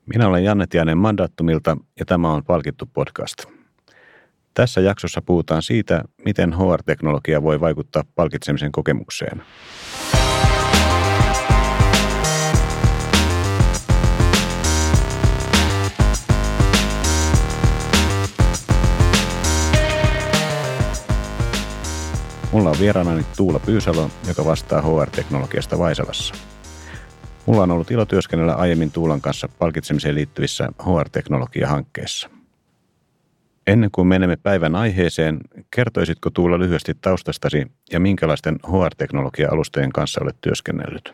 Minä olen Janne Tiainen Mandaattumilta ja tämä on Palkittu podcast. Tässä jaksossa puhutaan siitä, miten HR-teknologia voi vaikuttaa palkitsemisen kokemukseen. Mulla on vieraanani Tuula Pyysalo, joka vastaa HR-teknologiasta Vaisalassa. Mulla on ollut ilo työskennellä aiemmin Tuulan kanssa palkitsemiseen liittyvissä HR-teknologia-hankkeissa. Ennen kuin menemme päivän aiheeseen, kertoisitko Tuula lyhyesti taustastasi ja minkälaisten HR-teknologia-alustojen kanssa olet työskennellyt?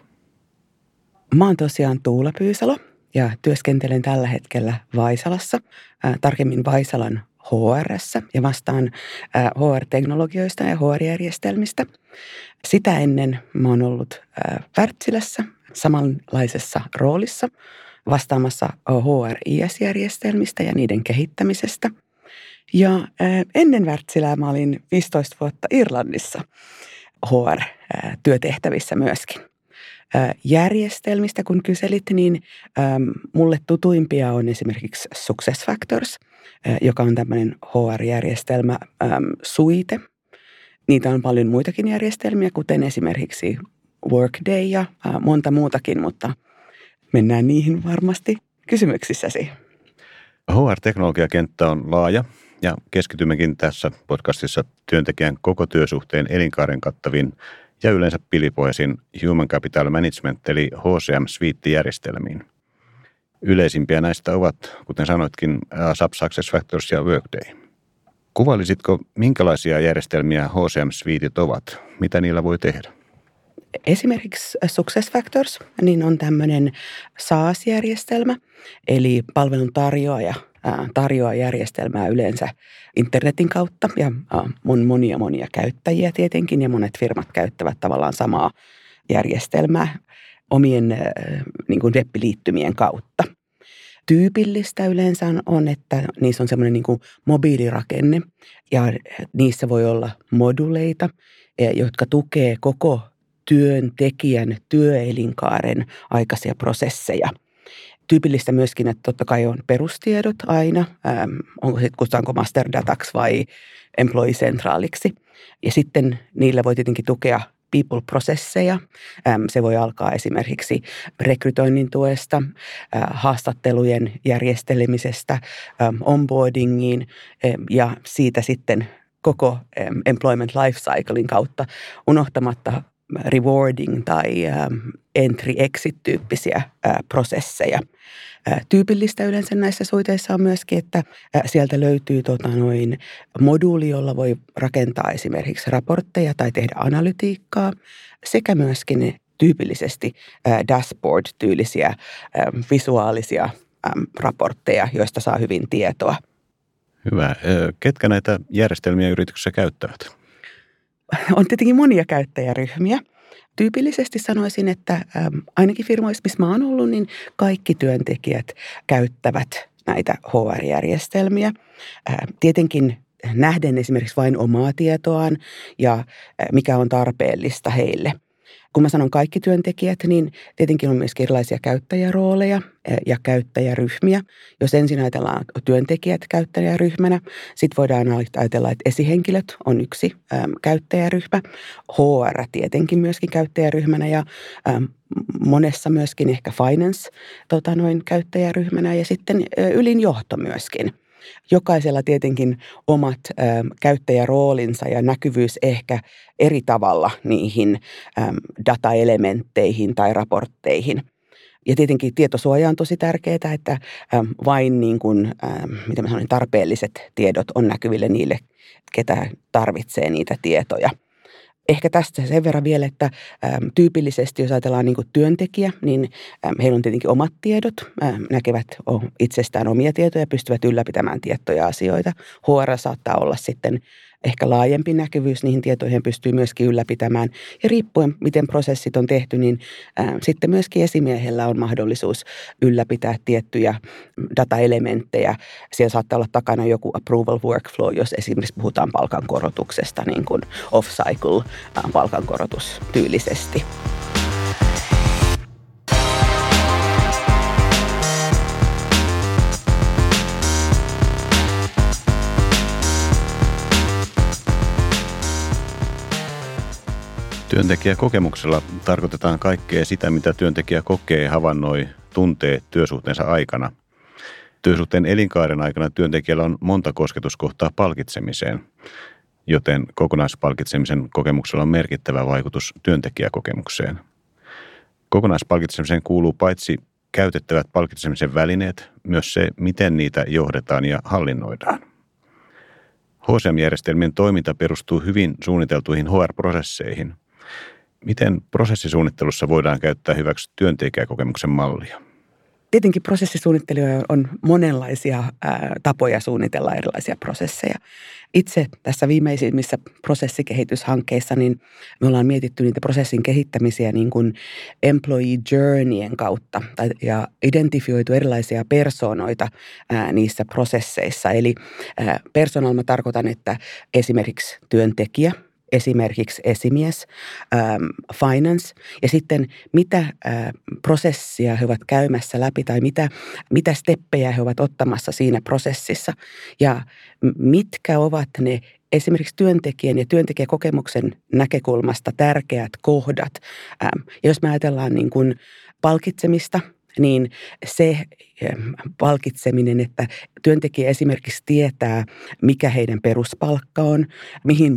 Mä oon tosiaan Tuula Pyysalo ja työskentelen tällä hetkellä Vaisalassa, tarkemmin Vaisalan HR:ssä ja vastaan HR-teknologioista ja HR-järjestelmistä. Sitä ennen mä oon ollut Wärtsilässä samanlaisessa roolissa vastaamassa HR-IS-järjestelmistä ja niiden kehittämisestä. Ja ennen Wärtsilää mä olin 15 vuotta Irlannissa HR-työtehtävissä myöskin. Järjestelmistä kun kyselit, niin mulle tutuimpia on esimerkiksi SuccessFactors, joka on tämmöinen HR-järjestelmä suite. Niitä on paljon muitakin järjestelmiä, kuten esimerkiksi Workday ja monta muutakin, mutta mennään niihin varmasti kysymyksissäsi. HR-teknologiakenttä on laaja ja keskitymmekin tässä podcastissa työntekijän koko työsuhteen elinkaaren kattaviin ja yleensä pilipohjaisiin Human Capital Management eli HCM-suite-järjestelmiin. Yleisimpiä näistä ovat, kuten sanoitkin, SAP SuccessFactors ja Workday. Kuvailisitko, minkälaisia järjestelmiä HCM-suitet ovat? Mitä niillä voi tehdä? Esimerkiksi SuccessFactors niin on tämmöinen SaaS-järjestelmä, eli palvelun tarjoaa järjestelmää yleensä internetin kautta ja on monia käyttäjiä tietenkin ja monet firmat käyttävät tavallaan samaa järjestelmää omien niin kuin web-liittymien kautta. Tyypillistä yleensä on, että niissä on semmoinen niin kuin mobiilirakenne ja niissä voi olla moduleita, jotka tukee koko työntekijän työelinkaaren aikaisia prosesseja. Tyypillistä myöskin, että totta kai on perustiedot aina, kutsutanko master dataksi vai employee centraliksi. Ja sitten niillä voi tietenkin tukea people-prosesseja. Se voi alkaa esimerkiksi rekrytoinnin tuesta, haastattelujen järjestelemisestä, onboardingiin ja siitä sitten koko employment life cyclein kautta unohtamatta rewarding tai entry-exit-tyyppisiä prosesseja. Tyypillistä yleensä näissä suiteissa on myöskin, että sieltä löytyy moduuli, jolla voi rakentaa esimerkiksi raportteja tai tehdä analytiikkaa sekä myöskin tyypillisesti dashboard-tyylisiä visuaalisia raportteja, joista saa hyvin tietoa. Hyvä. Ketkä näitä järjestelmiä yrityksessä käyttävät? On tietenkin monia käyttäjäryhmiä. Tyypillisesti sanoisin, että ainakin firmoissa, missä mä oon ollut, niin kaikki työntekijät käyttävät näitä HR-järjestelmiä. Tietenkin nähden esimerkiksi vain omaa tietoaan ja mikä on tarpeellista heille. Kun mä sanon kaikki työntekijät, niin tietenkin on myös erilaisia käyttäjärooleja ja käyttäjäryhmiä. Jos ensin ajatellaan työntekijät käyttäjäryhmänä, sitten voidaan ajatella, että esihenkilöt on yksi käyttäjäryhmä. HR tietenkin myöskin käyttäjäryhmänä ja monessa myöskin ehkä finance käyttäjäryhmänä ja sitten ylin johto myöskin. Jokaisella tietenkin omat käyttäjäroolinsa ja näkyvyys ehkä eri tavalla niihin dataelementteihin tai raportteihin. Ja tietenkin tietosuoja on tosi tärkeää, että vain niin kuin, tarpeelliset tiedot on näkyville niille, ketä tarvitsee niitä tietoja. Ehkä tästä sen verran vielä, että tyypillisesti jos ajatellaan niin kuin työntekijä, niin heillä on tietenkin omat tiedot, näkevät itsestään omia tietoja ja pystyvät ylläpitämään tiettyjä asioita. HR saattaa olla sitten ehkä laajempi näkyvyys, niihin tietoihin pystyy myöskin ylläpitämään. Ja riippuen, miten prosessit on tehty, niin sitten myöskin esimiehellä on mahdollisuus ylläpitää tiettyjä dataelementtejä. Siellä saattaa olla takana joku approval workflow, jos esimerkiksi puhutaan palkankorotuksesta, niin kuin off-cycle palkankorotus tyylisesti. Työntekijäkokemuksella tarkoitetaan kaikkea sitä, mitä työntekijä kokee, havainnoi, tuntee työsuhteensa aikana. Työsuhteen elinkaaren aikana työntekijällä on monta kosketuskohtaa palkitsemiseen, joten kokonaispalkitsemisen kokemuksella on merkittävä vaikutus työntekijäkokemukseen. Kokonaispalkitsemiseen kuuluu paitsi käytettävät palkitsemisen välineet, myös se, miten niitä johdetaan ja hallinnoidaan. HCM-järjestelmien toiminta perustuu hyvin suunniteltuihin HR-prosesseihin. Miten prosessisuunnittelussa voidaan käyttää hyväksi työntekijäkokemuksen mallia? Tietenkin prosessisuunnittelijoilla on monenlaisia tapoja suunnitella erilaisia prosesseja. Itse tässä viimeisimmissä prosessikehityshankkeissa, niin me ollaan mietitty niitä prosessin kehittämisiä niin kuin employee journeyen kautta ja identifioitu erilaisia persoonoita niissä prosesseissa. Eli persoonalla mä tarkoitan, että esimerkiksi työntekijä, esimerkiksi esimies, finance ja sitten mitä prosessia he ovat käymässä läpi tai mitä steppejä he ovat ottamassa siinä prosessissa ja mitkä ovat ne esimerkiksi työntekijän ja työntekijäkokemuksen näkökulmasta tärkeät kohdat. Ja jos me ajatellaan niin kuin palkitsemista, niin se palkitseminen, että työntekijä esimerkiksi tietää, mikä heidän peruspalkka on, mihin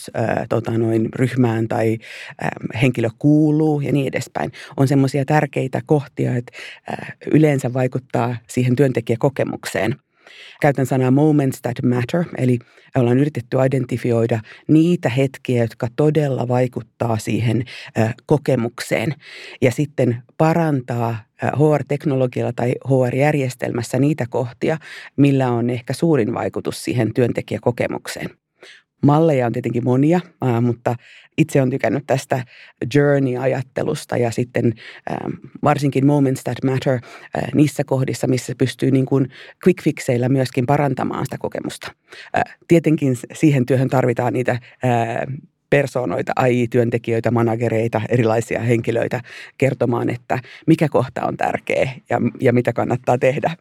bonusryhmään tai henkilö kuuluu ja niin edespäin, on semmoisia tärkeitä kohtia, että yleensä vaikuttaa siihen työntekijäkokemukseen. Käytän sanaa moments that matter, eli ollaan yritetty identifioida niitä hetkiä, jotka todella vaikuttaa siihen kokemukseen ja sitten parantaa HR-teknologialla tai HR-järjestelmässä niitä kohtia, millä on ehkä suurin vaikutus siihen työntekijäkokemukseen. Malleja on tietenkin monia, mutta itse olen tykännyt tästä journey-ajattelusta ja sitten varsinkin moments that matter niissä kohdissa, missä pystyy niin kuin quick fixeillä myöskin parantamaan sitä kokemusta. Tietenkin siihen työhön tarvitaan niitä persoonoita, AI-työntekijöitä, managereita, erilaisia henkilöitä kertomaan, että mikä kohta on tärkeä ja mitä kannattaa tehdä.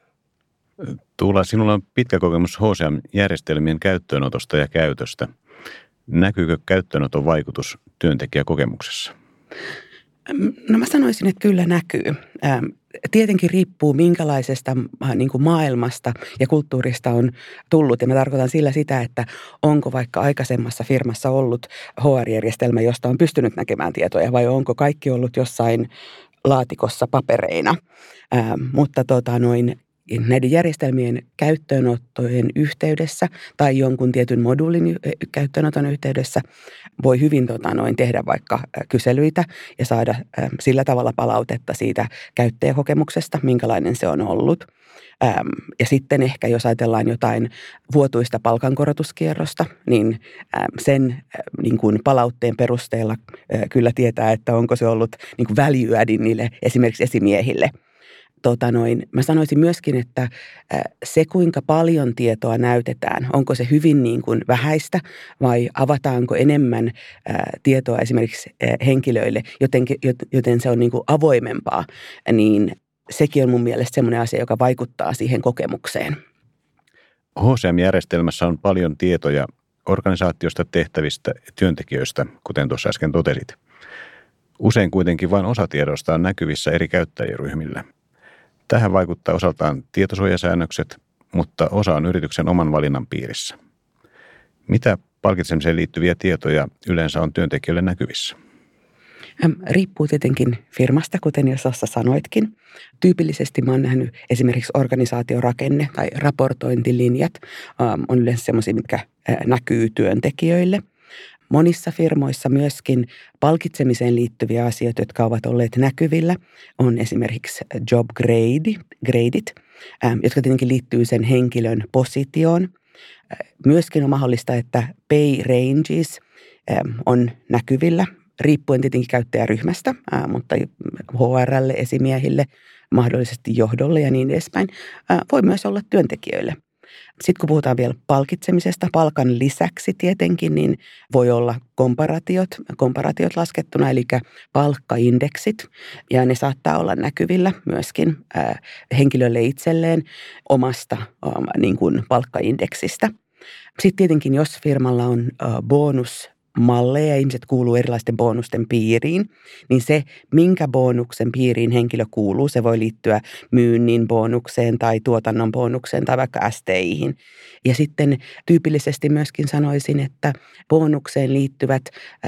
Tuula, sinulla on pitkä kokemus HCM-järjestelmien käyttöönotosta ja käytöstä. Näkyykö käyttöönoton vaikutus työntekijäkokemuksessa? No mä sanoisin, että kyllä näkyy. Tietenkin riippuu minkälaisesta niin kuin maailmasta ja kulttuurista on tullut. Ja mä tarkoitan sillä sitä, että onko vaikka aikaisemmassa firmassa ollut HR-järjestelmä, josta on pystynyt näkemään tietoja vai onko kaikki ollut jossain laatikossa papereina. Mutta näiden järjestelmien käyttöönottojen yhteydessä tai jonkun tietyn moduulin käyttöönoton yhteydessä voi hyvin tehdä vaikka kyselyitä ja saada sillä tavalla palautetta siitä käyttäjäkokemuksesta, minkälainen se on ollut. Ja sitten ehkä jos ajatellaan jotain vuotuista palkankorotuskierrosta, niin sen niin kuin palautteen perusteella kyllä tietää, että onko se ollut niin kuin value adding niille esimerkiksi esimiehille. Mä sanoisin myöskin, että se kuinka paljon tietoa näytetään, onko se hyvin niin kuin vähäistä vai avataanko enemmän tietoa esimerkiksi henkilöille, joten se on niin kuin avoimempaa, niin sekin on mun mielestä semmoinen asia, joka vaikuttaa siihen kokemukseen. HCM-järjestelmässä on paljon tietoja organisaatiosta, tehtävistä ja työntekijöistä, kuten tuossa äsken totesit. Usein kuitenkin vain osa tiedosta on näkyvissä eri käyttäjäryhmillä. Tähän vaikuttaa osaltaan tietosuojasäännökset, mutta osa on yrityksen oman valinnan piirissä. Mitä palkitsemiseen liittyviä tietoja yleensä on työntekijöille näkyvissä? Riippuu tietenkin firmasta, kuten jos tuossa sanoitkin. Tyypillisesti mä oon nähnyt esimerkiksi organisaatiorakenne tai raportointilinjat on yleensä sellaisia, mitkä näkyy työntekijöille. Monissa firmoissa myöskin palkitsemiseen liittyviä asioita, jotka ovat olleet näkyvillä, on esimerkiksi job gradeit, jotka tietenkin liittyy sen henkilön positioon. Myöskin on mahdollista, että pay ranges on näkyvillä, riippuen tietenkin käyttäjäryhmästä, mutta HR:lle, esimiehille, mahdollisesti johdolle ja niin edespäin, voi myös olla työntekijöille. Sitten kun puhutaan vielä palkitsemisesta, palkan lisäksi tietenkin, niin voi olla komparatiot laskettuna, eli palkkaindeksit, ja ne saattaa olla näkyvillä myöskin henkilölle itselleen omasta niin kuin palkkaindeksistä. Sitten tietenkin, jos firmalla on bonus bonusmalleja, ihmiset kuuluu erilaisten bonusten piiriin, niin se, minkä bonuksen piiriin henkilö kuuluu, se voi liittyä myynnin bonukseen tai tuotannon bonukseen tai vaikka STI:hin. Ja sitten tyypillisesti myöskin sanoisin, että bonukseen liittyvät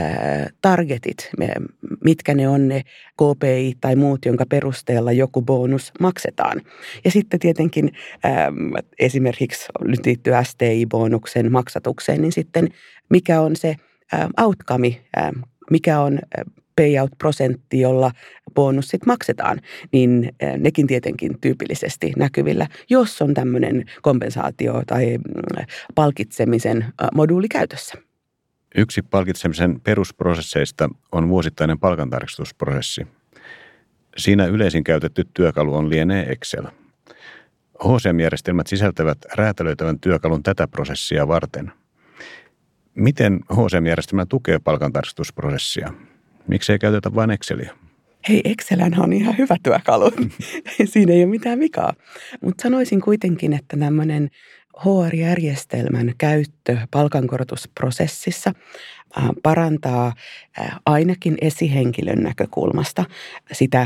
targetit, mitkä ne on ne KPI tai muut, jonka perusteella joku bonus maksetaan. Ja sitten tietenkin esimerkiksi nyt liittyy STI-bonuksen maksatukseen, niin sitten mikä on se outcome, mikä on payout-prosentti, jolla bonussit maksetaan, niin nekin tietenkin tyypillisesti näkyvillä, jos on tämmöinen kompensaatio tai palkitsemisen moduuli käytössä. Yksi palkitsemisen perusprosesseista on vuosittainen palkantarkistusprosessi. Siinä yleisin käytetty työkalu on lienee Excel. HCM-järjestelmät sisältävät räätälöitävän työkalun tätä prosessia varten. Miten HCM-järjestelmä tukee palkantarkistusprosessia? Miksi ei käytetä vain Exceliä? Hei, Excelhän on ihan hyvä työkalu. Siinä ei ole mitään vikaa. Mutta sanoisin kuitenkin, että tämmöinen HR-järjestelmän käyttö palkankorotusprosessissa parantaa ainakin esihenkilön näkökulmasta sitä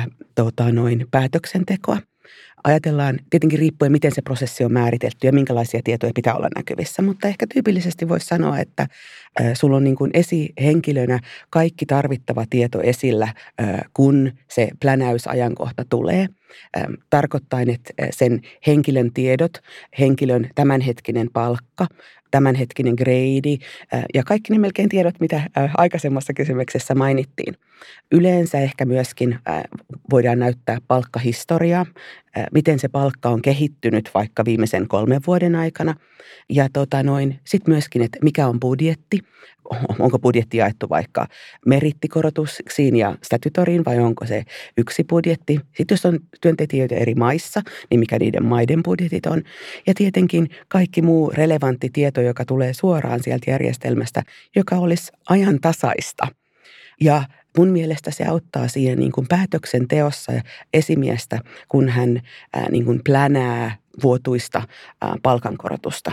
päätöksentekoa. Ajatellaan tietenkin riippuen, miten se prosessi on määritelty ja minkälaisia tietoja pitää olla näkyvissä, mutta ehkä tyypillisesti voisi sanoa, että sulla on niin kuin esihenkilönä kaikki tarvittava tieto esillä, kun se plänäysajankohta tulee. Tarkoittaen, että sen henkilön tiedot, henkilön tämänhetkinen palkka, tämänhetkinen grade ja kaikki ne melkein tiedot, mitä aikaisemmassa kysymyksessä mainittiin. Yleensä ehkä myöskin voidaan näyttää palkkahistoriaa, miten se palkka on kehittynyt vaikka viimeisen 3 vuoden aikana. Ja sitten myöskin, että mikä on budjetti, onko budjetti jaettu vaikka merittikorotuksiin ja statutoriin vai onko se yksi budjetti. Sitten jos on työntekijöitä eri maissa, niin mikä niiden maiden budjetit on. Ja tietenkin kaikki muu relevantti tieto, joka tulee suoraan sieltä järjestelmästä, joka olisi ajantasaista. Ja mun mielestä se auttaa siihen niin kuin päätöksenteossa esimiestä, kun hän niin kuin plänää vuotuista palkankorotusta.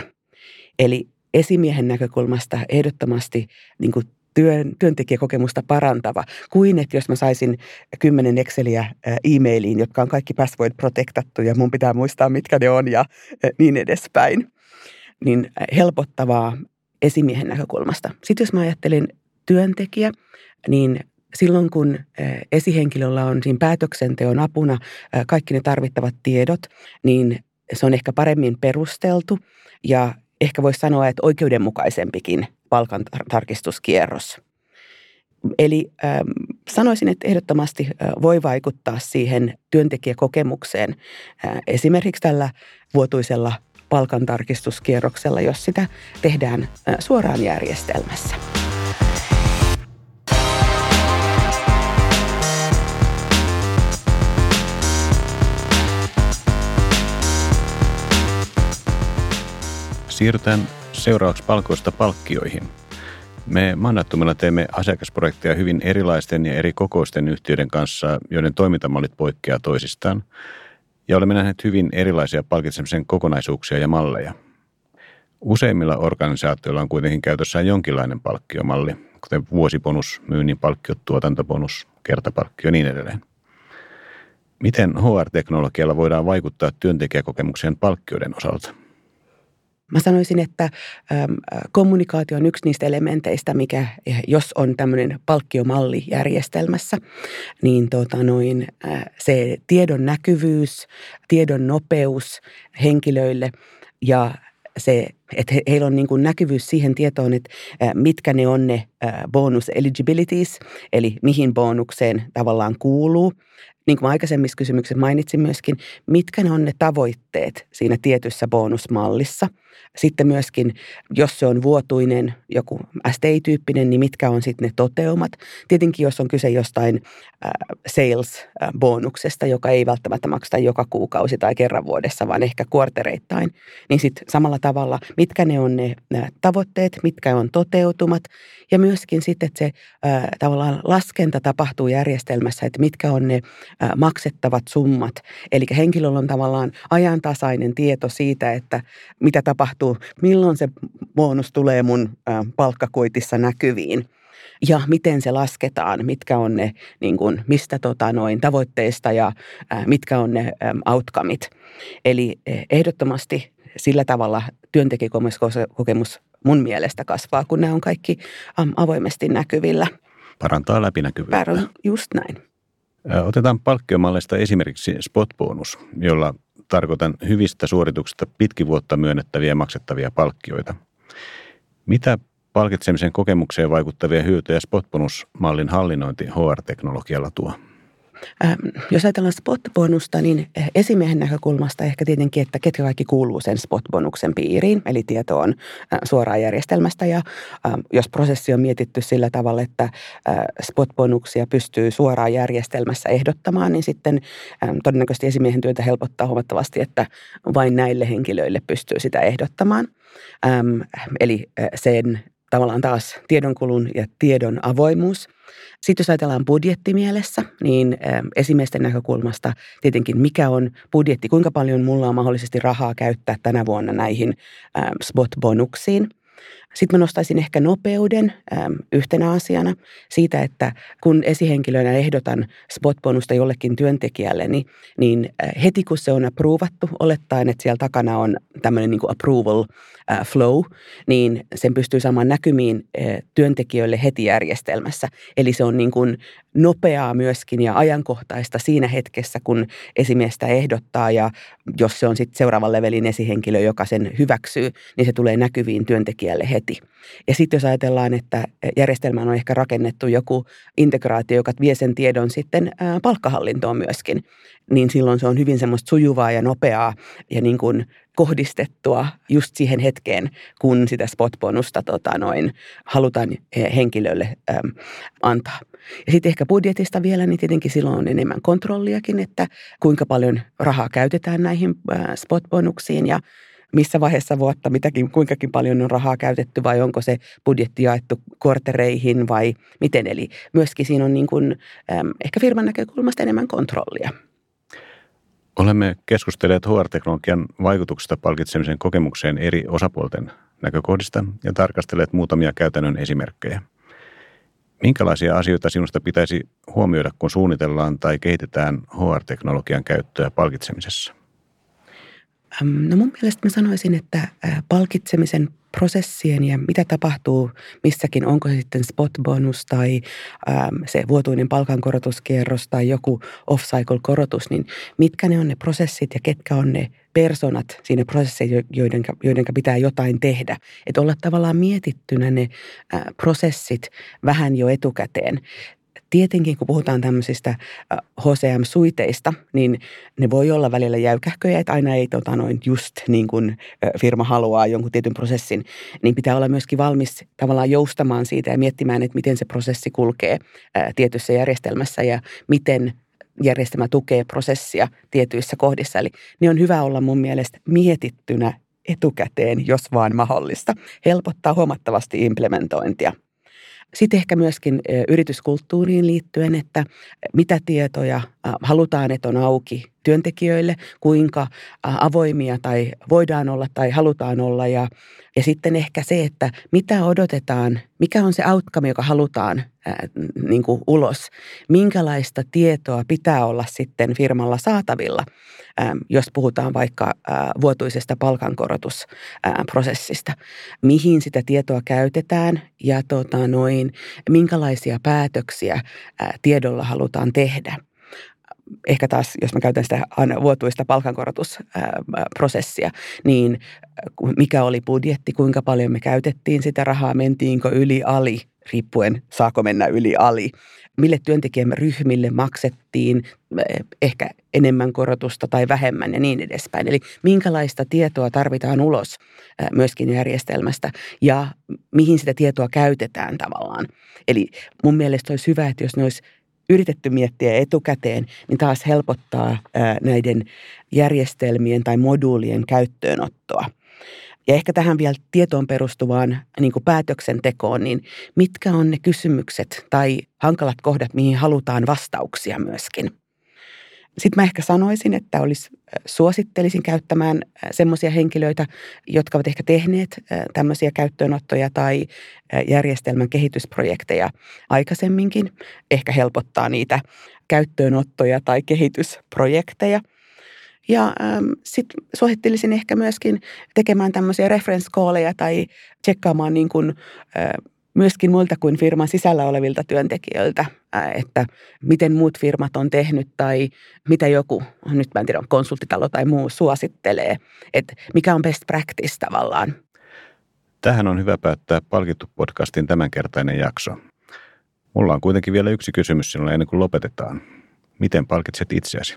Eli esimiehen näkökulmasta ehdottomasti niin kuin työntekijäkokemusta parantava, kuin että jos mä saisin 10 Exceliä e-mailiin, jotka on kaikki password protectattu ja mun pitää muistaa, mitkä ne on ja niin edespäin, niin helpottavaa esimiehen näkökulmasta. Sitten jos mä ajattelin työntekijä, niin silloin kun esihenkilöllä on siinä päätöksenteon apuna kaikki ne tarvittavat tiedot, niin se on ehkä paremmin perusteltu ja ehkä voisi sanoa, että oikeudenmukaisempikin palkantarkistuskierros. Eli sanoisin, että ehdottomasti voi vaikuttaa siihen työntekijäkokemukseen esimerkiksi tällä vuotuisella palkantarkistuskierroksella, jos sitä tehdään suoraan järjestelmässä. Siirrytään seuraavaksi palkoista palkkioihin. Me Mandatumilla teemme asiakasprojekteja hyvin erilaisten ja eri kokoisten yhtiöiden kanssa, joiden toimintamallit poikkeaa toisistaan. Ja olemme nähneet hyvin erilaisia palkitsemisen kokonaisuuksia ja malleja. Useimmilla organisaatioilla on kuitenkin käytössään jonkinlainen palkkiomalli, kuten vuosibonus, myynnin palkkio, tuotantobonus, kertapalkkio ja niin edelleen. Miten HR-teknologialla voidaan vaikuttaa työntekijäkokemukseen palkkioiden osalta? Mä sanoisin, että kommunikaatio on yksi niistä elementeistä, mikä jos on tämmöinen palkkiomalli järjestelmässä, niin se tiedon näkyvyys, tiedon nopeus henkilöille ja se, että heillä on niin kuin näkyvyys siihen tietoon, että mitkä ne on ne bonus eligibilities, eli mihin bonukseen tavallaan kuuluu. Niin kuin aikaisemmissa kysymyksissä mainitsin myöskin, mitkä ne on ne tavoitteet siinä tietyssä bonusmallissa. Sitten myöskin, jos se on vuotuinen, joku STI-tyyppinen, niin mitkä on sitten ne toteumat. Tietenkin, jos on kyse jostain sales-bonuksesta, joka ei välttämättä makseta joka kuukausi tai kerran vuodessa, vaan ehkä kuartereittain, niin sitten samalla tavalla, mitkä ne on ne tavoitteet, mitkä on toteutumat. Ja myöskin sitten, että se tavallaan laskenta tapahtuu järjestelmässä, että mitkä on ne maksettavat summat. Eli henkilöllä on tavallaan ajantasainen tieto siitä, että mitä tapahtuu, milloin se bonus tulee mun palkkakuitissa näkyviin. ja miten se lasketaan, mitkä on ne niin kuin, mistä tavoitteista ja mitkä on ne outcomeit. Eli ehdottomasti sillä tavalla työntekijäkokemus mun mielestä kasvaa, kun nämä on kaikki avoimesti näkyvillä. Parantaa läpinäkyvyyttä. Just näin. Otetaan palkkiomallista esimerkiksi spot-bonus, jolla tarkoitan hyvistä suorituksista pitkin vuotta myönnettäviä maksettavia palkkioita. Mitä palkitsemisen kokemukseen vaikuttavia hyötyjä spot-bonus-mallin hallinnointi HR-teknologialla tuo? Jos ajatellaan spot-bonusta, niin esimiehen näkökulmasta ehkä tietenkin, että ketkä kaikki kuuluu sen spot-bonuksen piiriin, eli tieto on suoraan järjestelmästä. Ja jos prosessi on mietitty sillä tavalla, että spot-bonuksia pystyy suoraan järjestelmässä ehdottamaan, niin sitten todennäköisesti esimiehen työtä helpottaa huomattavasti, että vain näille henkilöille pystyy sitä ehdottamaan. Eli sen tavallaan taas tiedonkulun ja tiedon avoimuus. Sitten jos ajatellaan budjettimielessä, niin esimiesten näkökulmasta tietenkin mikä on budjetti, kuinka paljon mulla on mahdollisesti rahaa käyttää tänä vuonna näihin spot-bonuksiin. Sitten mä nostaisin ehkä nopeuden yhtenä asiana siitä, että kun esihenkilönä ehdotan spot-bonusta jollekin työntekijälle, niin heti kun se on approvattu, olettaen, että siellä takana on tämmöinen niin kuin approval flow, niin sen pystyy saamaan näkymiin työntekijöille heti järjestelmässä. Eli se on niin kuin nopeaa myöskin ja ajankohtaista siinä hetkessä, kun esimiestä ehdottaa ja jos se on sitten seuraavan levelin esihenkilö, joka sen hyväksyy, niin se tulee näkyviin työntekijälle heti. Ja sitten jos ajatellaan, että järjestelmään on ehkä rakennettu joku integraatio, joka vie sen tiedon sitten palkkahallintoon myöskin, niin silloin se on hyvin semmoista sujuvaa ja nopeaa ja niin kuin kohdistettua just siihen hetkeen, kun sitä spot-bonusta halutaan henkilölle antaa. Ja sitten ehkä budjetista vielä, niin tietenkin silloin on enemmän kontrolliakin, että kuinka paljon rahaa käytetään näihin spot-bonuksiin ja missä vaiheessa vuotta kuinkakin paljon on rahaa käytetty vai onko se budjetti jaettu kortereihin vai miten. Eli myöskin siinä on niin kuin, ehkä firman näkökulmasta enemmän kontrollia. Olemme keskustelleet HR-teknologian vaikutuksesta palkitsemisen kokemukseen eri osapuolten näkökohdista ja tarkastelleet muutamia käytännön esimerkkejä. Minkälaisia asioita sinusta pitäisi huomioida, kun suunnitellaan tai kehitetään HR-teknologian käyttöä palkitsemisessa? No mun mielestä mä sanoisin, että palkitsemisen prosessien ja mitä tapahtuu missäkin, onko se sitten spot-bonus tai se vuotuinen palkankorotuskierros tai joku off-cycle-korotus, niin mitkä ne on ne prosessit ja ketkä on ne personat siinä prosessissa, joiden pitää jotain tehdä. Että olla tavallaan mietittynä ne prosessit vähän jo etukäteen. Tietenkin, kun puhutaan tämmöisistä HCM-suiteista, niin ne voi olla välillä jäykähköjä, että aina ei just niin kuin firma haluaa jonkun tietyn prosessin, niin pitää olla myöskin valmis tavallaan joustamaan siitä ja miettimään, että miten se prosessi kulkee tietyssä järjestelmässä ja miten järjestelmä tukee prosessia tietyissä kohdissa. Eli ne on hyvä olla mun mielestä mietittynä etukäteen, jos vaan mahdollista. Helpottaa huomattavasti implementointia. Sitten ehkä myöskin yrityskulttuuriin liittyen, että mitä tietoja halutaan, että on auki työntekijöille, kuinka avoimia tai voidaan olla tai halutaan olla. Ja sitten ehkä se, että mitä odotetaan, mikä on se outcome, joka halutaan niin kuin ulos. Minkälaista tietoa pitää olla sitten firmalla saatavilla, jos puhutaan vaikka vuotuisesta palkankorotusprosessista. Mihin sitä tietoa käytetään ja minkälaisia päätöksiä tiedolla halutaan tehdä. Ehkä taas, jos mä käytän sitä vuotuista palkankorotusprosessia, niin mikä oli budjetti, kuinka paljon me käytettiin sitä rahaa, mentiinkö yli ali, riippuen saako mennä yli ali, mille työntekijämme ryhmille maksettiin ehkä enemmän korotusta tai vähemmän ja niin edespäin. Eli minkälaista tietoa tarvitaan ulos myöskin järjestelmästä ja mihin sitä tietoa käytetään tavallaan. Eli mun mielestä olisi hyvä, että jos ne olisi yritetty miettiä etukäteen, niin taas helpottaa näiden järjestelmien tai moduulien käyttöönottoa. Ja ehkä tähän vielä tietoon perustuvaan niin kuin päätöksentekoon, niin mitkä on ne kysymykset tai hankalat kohdat, mihin halutaan vastauksia myöskin. Sitten mä ehkä sanoisin, että suosittelisin käyttämään semmoisia henkilöitä, jotka ovat ehkä tehneet tämmöisiä käyttöönottoja tai järjestelmän kehitysprojekteja aikaisemminkin. Ehkä helpottaa niitä käyttöönottoja tai kehitysprojekteja. Ja sitten suosittelisin ehkä myöskin tekemään tämmöisiä reference calleja tai tsekkaamaan niin kuin, myöskin muilta kuin firman sisällä olevilta työntekijöiltä, että miten muut firmat on tehnyt tai mitä joku, nyt mä en tiedä, konsulttitalo tai muu suosittelee, että mikä on best practice tavallaan. Tähän on hyvä päättää Palkittu podcastin tämänkertainen jakso. Mulla on kuitenkin vielä yksi kysymys sinulle ennen kuin lopetetaan. Miten palkitset itseäsi?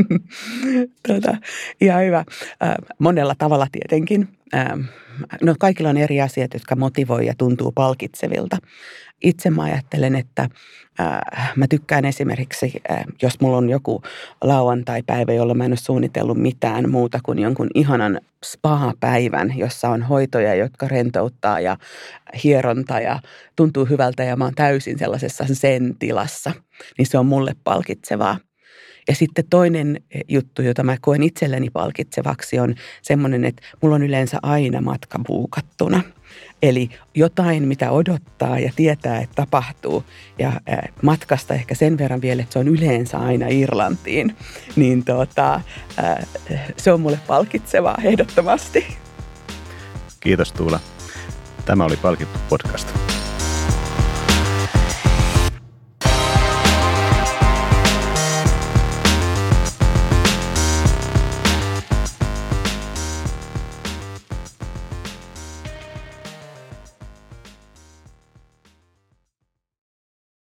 Ihan hyvä. Monella tavalla tietenkin. No kaikilla on eri asiat, jotka motivoi ja tuntuu palkitsevilta. Itse mä ajattelen, että mä tykkään esimerkiksi, jos mulla on joku lauantai-päivä, jolla mä en ole suunnitellut mitään muuta kuin jonkun ihanan spa-päivän, jossa on hoitoja, jotka rentouttaa ja hieronta ja tuntuu hyvältä ja mä oon täysin sellaisessa zen-tilassa, niin se on mulle palkitsevaa. Ja sitten toinen juttu, jota mä koen itselleni palkitsevaksi, on semmoinen, että mulla on yleensä aina matka buukattuna. Eli jotain, mitä odottaa ja tietää, että tapahtuu. Ja matkasta ehkä sen verran vielä, että se on yleensä aina Irlantiin. Niin se on mulle palkitsevaa ehdottomasti. Kiitos Tuula. Tämä oli Palkittu podcast.